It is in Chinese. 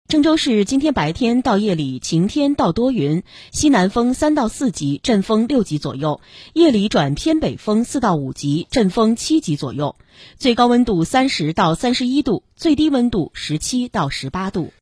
郑州市今天白天到夜里晴天到多云，西南风3到4级，阵风6级左右；夜里转偏北风4到5级，阵风7级左右。最高温度30到31度，最低温度17到18度。